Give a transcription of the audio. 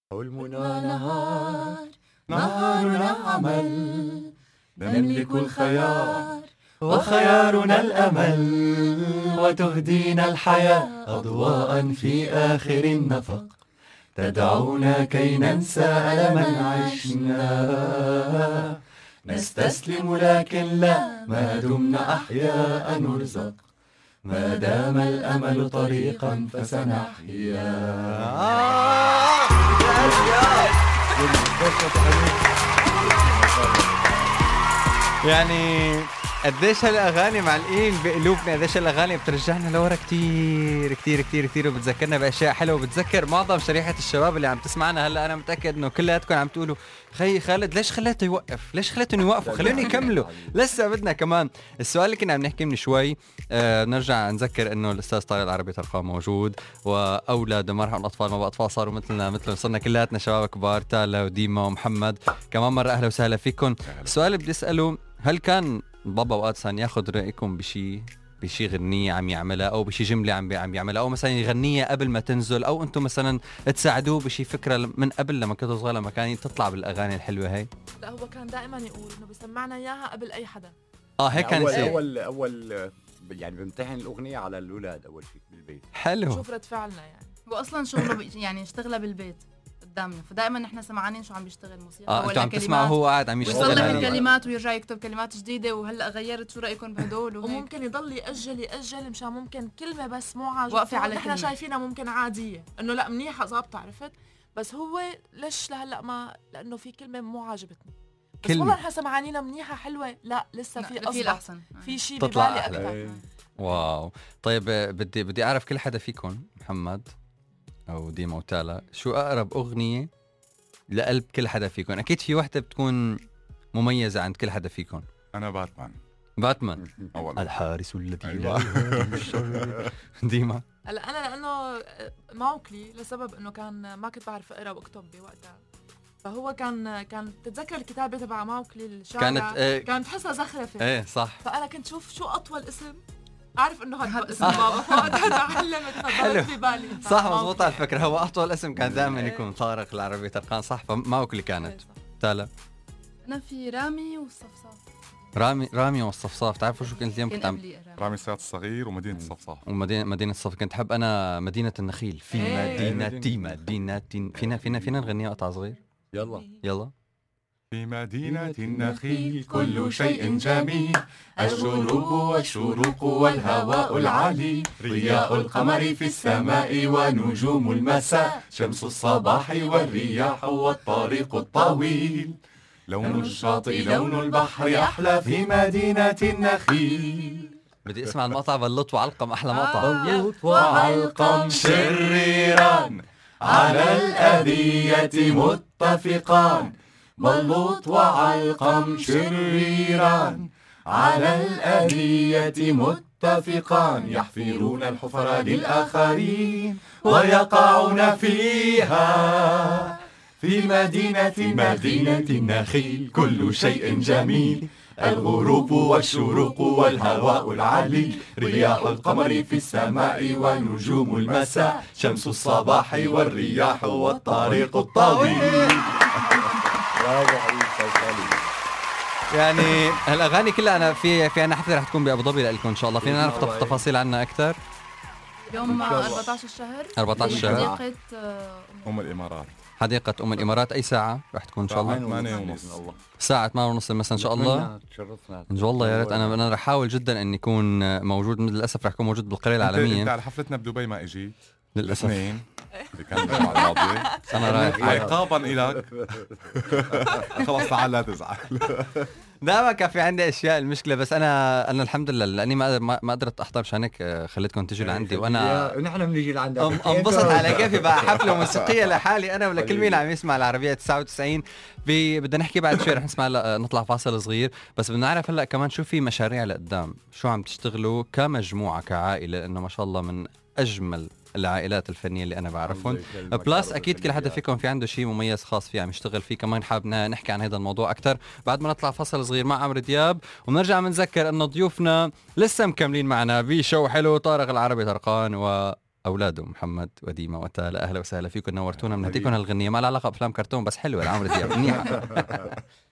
حلمنا نهارنا عمل، نملك الخيار وخيارنا الأمل، وتهدينا الحياة أضواء في آخر النفق، تدعونا كي ننسى ألما عشنا، نستسلم لكن لا، ما دمنا أحياء نرزق، ما دام الأمل طريقا فسنحيا. يعني قديش هالاغاني معلقين بقلوبنا، قديش الاغاني بترجعنا لورا كتير كتير كتير كتير، وبتذكرنا باشياء حلوه، وبتذكر معظم شريحه الشباب اللي عم تسمعنا هلا. انا متاكد انه كلياتكم عم تقولوا خي خالد ليش خليته يوقف، ليش خليتهم يوقفوا، خلوني يكملوا، لسه بدنا كمان. السؤال اللي كنا عم نحكي من شوي، نرجع نذكر انه الاستاذ طارق العربي طرقان موجود، واولاد مرحبا الاطفال، ما بقى اطفال صاروا مثلنا، مثل صرنا كلياتنا شباب كبار، تالا وديما ومحمد كمان مره. اهلا وسهلا فيكم. السؤال اللي بدي اساله، هل كان بابا وادسان ياخذ رايكم بشي غنية عم يعملها، او بشي جملة عم يعملها، او مثلا يغنيها قبل ما تنزل، او انتم مثلا تساعدوه بشي فكرة من قبل لما كنتوا صغار، لما كان تطلع بالاغاني الحلوة هي؟ لا، هو كان دائما يقول انه بيسمعنا اياها قبل اي حدا. هيك كان يصير. اول يعني بمتحن الاغنية على الاولاد اول شيء بالبيت. حلو. شوف رد فعلنا يعني. هو اصلا شغله يعني يشتغلها بالبيت قدامنا، فدائما نحن سمعانين شو عم بيشتغل موسيقى ولا عم تسمعوا هو قاعد عم يشتغل ويصلح الكلمات ويرجع يكتب كلمات جديده، وهلا غيرت، شو رايكم بهدول؟ وممكن يضل يأجل مشان ممكن كلمه بس مو عاجبه، واقفه على نحن شايفينها ممكن عاديه انه لا منيحه ظابطه، عرفت؟ بس هو ليش لهلا ما، لانه في كلمه مو عاجبتني، بس والله نحن سمعانينا منيحه حلوه، لا لسه في احسن، في شيء تطلع ببالي اكثر. واو. طيب بدي اعرف كل حدا فيكم، محمد او ديما وتالا، شو اقرب اغنيه لقلب كل حدا فيكم؟ اكيد في وحده بتكون مميزه عند كل حدا فيكم. انا باتمان أولا. الحارس الذي لا ديما. هلا انا لانه موكلي لسبب انه كان ما كنت بعرف اقرا واكتب بوقتها، فهو كان تتذكر الكتابه تبع موكلي الشاعر كانت تحسها زخرفه. ايه صح. فانا كنت شوف شو اطول اسم، اعرف انه هذا اسم بابا، فهذا علمت فضلت في بالي. صح مضبوط على الفكره، هو اطول اسم كان دائما يكون طارق العربي طرقان، صح. فموكلي كانت تالا. انا في رامي والصفصاف. رامي والصفصاف. تعرفوا شو كنت اليوم؟ كنت عم رامي السيد الصغير ومدينة الصفصاف. مدينة الصفصاف. كنت حب انا مدينة النخيل. في مدينة فينا نغنيها قطع صغير. يلا. في مدينة النخيل كل شيء جميل، الشروق والشروق والهواء العالي، رياء القمر في السماء ونجوم المساء، شمس الصباح والرياح والطريق الطويل، لون الشاطئ لون البحر أحلى في مدينة النخيل. بدي اسمع المقطع بلط وعلقم، أحلى مقطع. بلط وعلقم شريران على الأذية متفقان، بلوط وعلقم شريران على الأذية متفقان، يحفرون الحفر للآخرين ويقعون فيها، في مدينة النخيل كل شيء جميل، الغروب والشروق والهواء العالي، رياح القمر في السماء ونجوم المساء، شمس الصباح والرياح والطريق الطويل. يعني هالاغاني كلها انا في عنا حفله رح تكون بابو ظبي لكم ان شاء الله. فينا نعرف تفاصيل عنها اكثر؟ يوم 14 الشهر 14 الشهر حديقة الامارات. حديقة الامارات. اي ساعة رح تكون ان شاء الله؟ 8:30 الساعة 8:30 مساء ان شاء الله. تشرفنا ان شاء الله. يا ريت. انا رح احاول جدا اني اكون موجود، للاسف رح اكون موجود بالقرية العالمية. انت على حفلتنا بدبي ما اجيت للاسف. اثنين اللي كان الجمعة الماضية. انا رايح عقابا إلك. خلاص تعال لا تزعل. دائما كان في عندي اشياء. المشكله بس انا الحمد لله لاني ما قدرت احضر، مشان هيك خليتكم تيجوا لعندي، وانا نحن بنيجي لعندك انبسط على كيفي بقى. حفله موسيقيه لحالي انا ولا كل مين عم يسمع العربيه 99. بدنا نحكي بعد شوي، رح نسمع نطلع فاصل صغير، بس بدنا نعرف هلا كمان شو في مشاريع لقدام، شو عم تشتغلوا كمجموعه كعائله، لانه ما شاء الله من اجمل العائلات الفنيه اللي انا بعرفهم. بلس اكيد كل حدا فيكم في عنده شيء مميز خاص فيه عم يشتغل فيه. كمان حابنا نحكي عن هذا الموضوع اكثر بعد ما نطلع فصل صغير مع عمرو دياب، ونرجع بنذكر انه ضيوفنا لسه مكملين معنا بشو حلو، طارق العربي طرقان وابو اولاده محمد وديما وتالا. اهلا وسهلا فيكم، نورتونا. بنهديكم هالغنيه ما لها علاقه بافلام كرتون بس حلوه لعمرو دياب منيحه.